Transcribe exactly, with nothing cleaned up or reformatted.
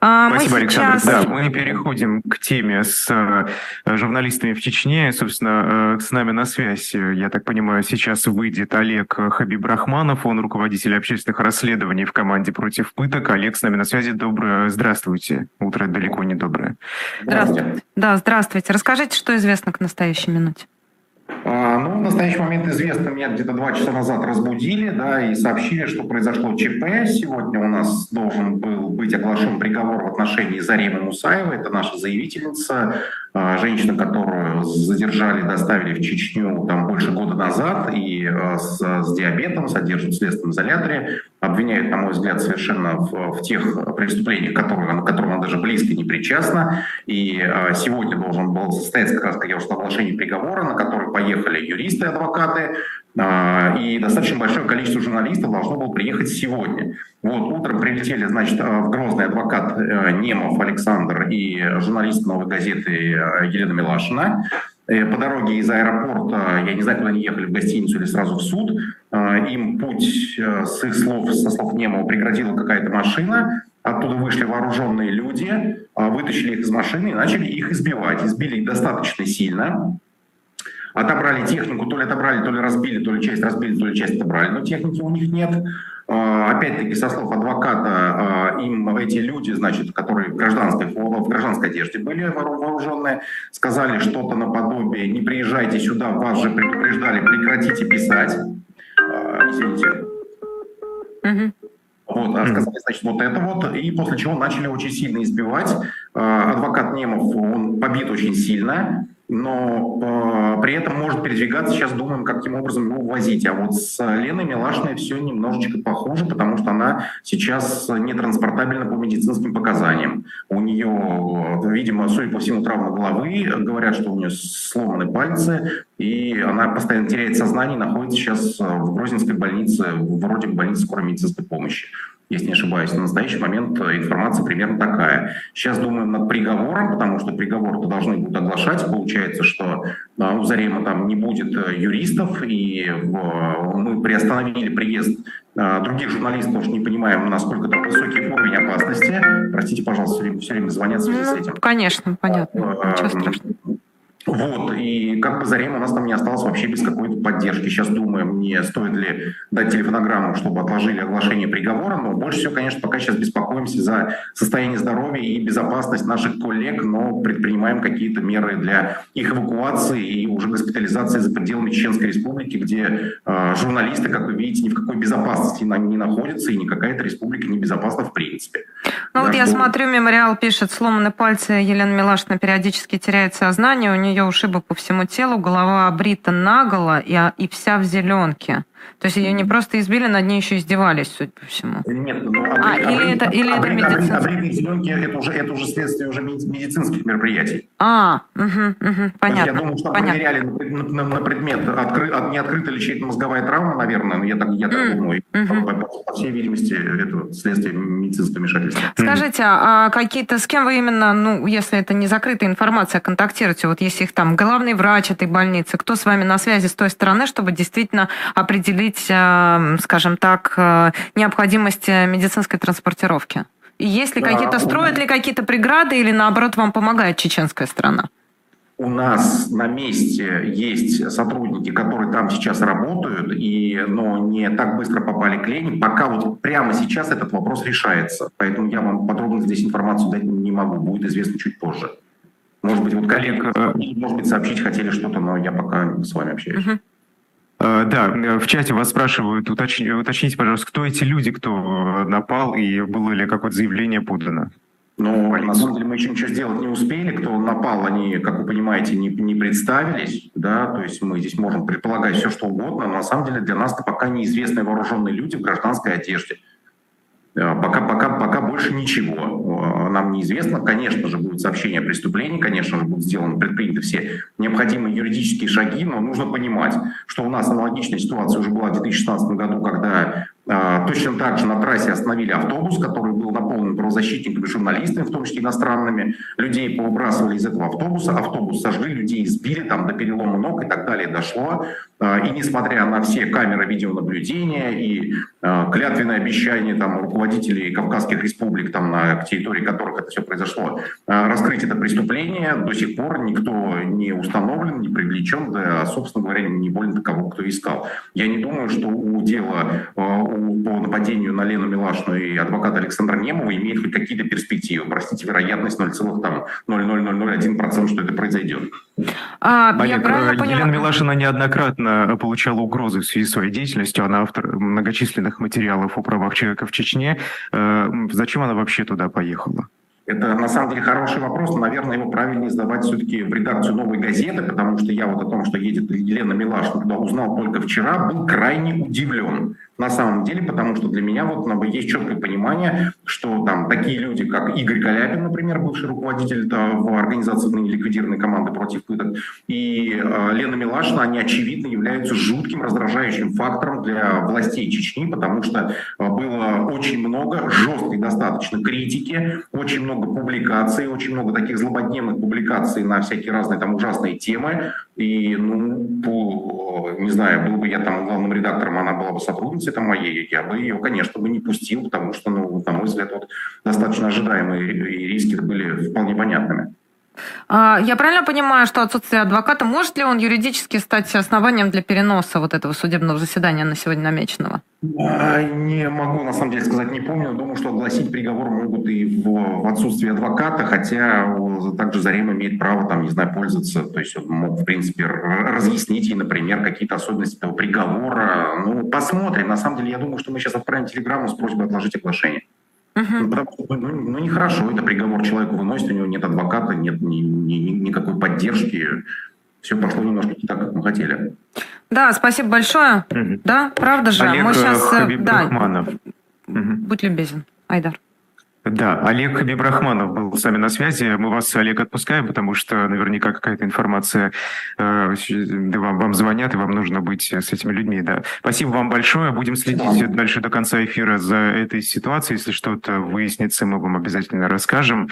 А, мы Спасибо, сейчас... Александр. Да, мы переходим к теме с э, журналистами в Чечне. Собственно, э, с нами на связь, я так понимаю, сейчас выйдет Олег Хабибрахманов. Он руководитель общественных расследований в команде «Против пыток». Олег с нами на связи. Доброе. Здравствуйте. Утро далеко не доброе. Здравствуйте. Да, здравствуйте. Расскажите, что известно к настоящей минуте. А, ну, в настоящий момент известно, меня где-то два часа назад разбудили, да, и сообщили, что произошло ЧП. Сегодня у нас должен был быть оглашен приговор в отношении Заремы Мусаевой. Это наша заявительница, а, женщина, которую задержали, доставили в Чечню там больше года назад, и а, с, с диабетом, содержат в следственном изоляторе. Обвиняют, на мой взгляд, совершенно в, в тех преступлениях, которые, к которым она даже близко не причастна. И а, сегодня должен был состояться, как раз, как я уже сказал, оглашение приговора, на который поехали юристы, адвокаты, а, и достаточно большое количество журналистов должно было приехать сегодня. Вот, утром прилетели, значит, в Грозный адвокат Немов Александр и журналист «Новой газеты» Елена Милашина. По дороге из аэропорта, я не знаю, куда они ехали, в гостиницу или сразу в суд, им путь, с их слов, со слов Немова, преградила какая-то машина. Оттуда вышли вооруженные люди, вытащили их из машины и начали их избивать. Избили их достаточно сильно. Отобрали технику, то ли отобрали, то ли разбили, то ли часть разбили, то ли часть отобрали, но техники у них нет. Опять-таки, со слов адвоката, им эти люди, значит, которые в гражданской, в гражданской одежде были вооруженные, сказали что-то наподобие: не приезжайте сюда, вас же предупреждали, прекратите писать. Извините. Uh-huh. Вот, а сказали, значит, вот это вот, и после чего начали очень сильно избивать. Адвокат Немов, он побит очень сильно, но э, при этом может передвигаться. Сейчас думаем, каким образом его увозить. А вот с Леной Милашиной все немножечко похуже, потому что она сейчас нетранспортабельна по медицинским показаниям. У нее, видимо, судя по всему, травма головы. Говорят, что у нее сломаны пальцы, и она постоянно теряет сознание, находится сейчас в Грозненской больнице, вроде больницы скорой медицинской помощи, если не ошибаюсь. На настоящий момент информация примерно такая. Сейчас думаем над приговором, потому что приговор-то должны будут оглашать. Получается, что у Заремы там не будет юристов, и мы приостановили приезд других журналистов, потому что не понимаем, насколько там высокий уровень опасности. Простите, пожалуйста, все время, все время звонят в связи с этим. Конечно, понятно. Ничего страшного. Вот, и как бы Зарема у нас там не осталось вообще без какой-то поддержки. Сейчас думаем, не стоит ли дать телефонограмму, чтобы отложили оглашение приговора, но больше всего, конечно, пока сейчас беспокоимся за состояние здоровья и безопасность наших коллег, но предпринимаем какие-то меры для их эвакуации и уже госпитализации за пределами Чеченской Республики, где э, журналисты, как вы видите, ни в какой безопасности не находятся, и никакая эта республика не безопасна в принципе. Ну да, вот что... я смотрю, мемориал пишет: сломаны пальцы, Елена Милашина периодически теряет сознание, у нее ее ушибы по всему телу, голова обрита наголо и, и вся в зеленке. То есть ее не просто избили, над ней еще издевались, судя по всему. Нет, ну, обри, а, или обри, это, или обри, это медицинские? Обритые зеленки — это уже, это уже следствие уже медицинских мероприятий. А, угу, угу, понятно. Я думаю, что понятно. проверяли на, на, на предмет, откры, не открыта ли чья-то мозговая травма, наверное, но я так, я так mm. думаю. Mm-hmm. По, по, по всей видимости, это следствие медицинского вмешательства. Скажите, а какие-то, с кем вы именно, ну, если это не закрытая информация, контактируете? Вот если их там главный врач этой больницы, кто с вами на связи с той стороны, чтобы действительно определить, скажем так, необходимость медицинской транспортировки? И есть ли какие-то, строят ли какие-то преграды или наоборот вам помогает чеченская страна? У нас на месте есть сотрудники, которые там сейчас работают, и, но не так быстро попали к Лене. Пока вот прямо сейчас этот вопрос решается. Поэтому я вам подробно здесь информацию дать не могу. Будет известно чуть позже. Может быть, вот коллеги, может быть, сообщить хотели что-то, но я пока с вами общаюсь. Uh-huh. Uh, да, в чате вас спрашивают, уточните, уточните, пожалуйста, кто эти люди, кто напал, и было ли какое-то заявление подано? Ну, на самом деле мы еще ничего сделать не успели. Кто напал, они, как вы понимаете, не, не представились. Да? То есть мы здесь можем предполагать все, что угодно, но на самом деле для нас-то пока неизвестные вооруженные люди в гражданской одежде. Пока, пока, пока больше ничего нам неизвестно. Конечно же, будет сообщение о преступлении, конечно же, будут сделаны, предприняты все необходимые юридические шаги, но нужно понимать, что у нас аналогичная ситуация уже была в две тысячи шестнадцатом году, когда Точно так же на трассе остановили автобус, который был наполнен правозащитниками, журналистами, в том числе иностранными. Людей повыбрасывали из этого автобуса, автобус сожгли, людей избили, там до перелома ног и так далее дошло. И несмотря на все камеры видеонаблюдения и клятвенное обещание там, руководителей Кавказских республик, там, на территории которых это все произошло, раскрыть это преступление, до сих пор никто не установлен, не привлечен, да, собственно говоря, не более того, кто искал. Я не думаю, что у дела по нападению на Лену Милашину и адвоката Александра Немова имеет хоть какие-то перспективы. Простите, вероятность ноль целых ноль ноль ноль ноль один процент, что это произойдет. А, Олег, я правильно понимаю... Елена Милашина неоднократно получала угрозы в связи с своей деятельностью. Она автор многочисленных материалов о правах человека в Чечне. Зачем она вообще туда поехала? Это на самом деле хороший вопрос, но, наверное, его правильнее сдавать все-таки в редакцию «Новой газеты», потому что я вот о том, что едет Елена Милашина туда, узнал только вчера, был крайне удивлен. На самом деле, потому что для меня вот есть четкое понимание, что там такие люди, как Игорь Каляпин, например, бывший руководитель в организации ныне ликвидированной команды против пыток, и э, Лена Милашина, они очевидно являются жутким раздражающим фактором для властей Чечни, потому что было очень много жесткой достаточно критики, очень много публикаций, очень много таких злободневных публикаций на всякие разные там ужасные темы. И, ну, по, не знаю, был бы я там главным редактором, она была бы сотрудницей там моей, я бы ее, конечно, бы не пустил, потому что, ну, на мой взгляд, вот, достаточно ожидаемые риски были вполне понятными. Я правильно понимаю, что отсутствие адвоката, может ли он юридически стать основанием для переноса вот этого судебного заседания на сегодня намеченного? Не могу, на самом деле, сказать, не помню. Думаю, что огласить приговор могут и в, в отсутствии адвоката, хотя также Зарем имеет право, там, не знаю, пользоваться. То есть он мог, в принципе, разъяснить ей, например, какие-то особенности этого приговора. Ну, посмотрим. На самом деле, я думаю, что мы сейчас отправим телеграмму с просьбой отложить оглашение. Uh-huh. Ну, потому что, ну, ну, нехорошо, это приговор человеку выносит, у него нет адвоката, нет ни, ни, никакой поддержки. Все пошло немножко не так, как мы хотели. Да, спасибо большое. Uh-huh. Да, правда же. Олег мы сейчас... Хабибрахманов. Да. Uh-huh. Будь любезен, Айдар. Да, Олег Хабибрахманов был с нами на связи. Мы вас, Олег, отпускаем, потому что наверняка какая-то информация, э, вам, вам звонят, и вам нужно быть с этими людьми. Да. Спасибо вам большое. Будем следить да. дальше до конца эфира за этой ситуацией. Если что-то выяснится, мы вам обязательно расскажем.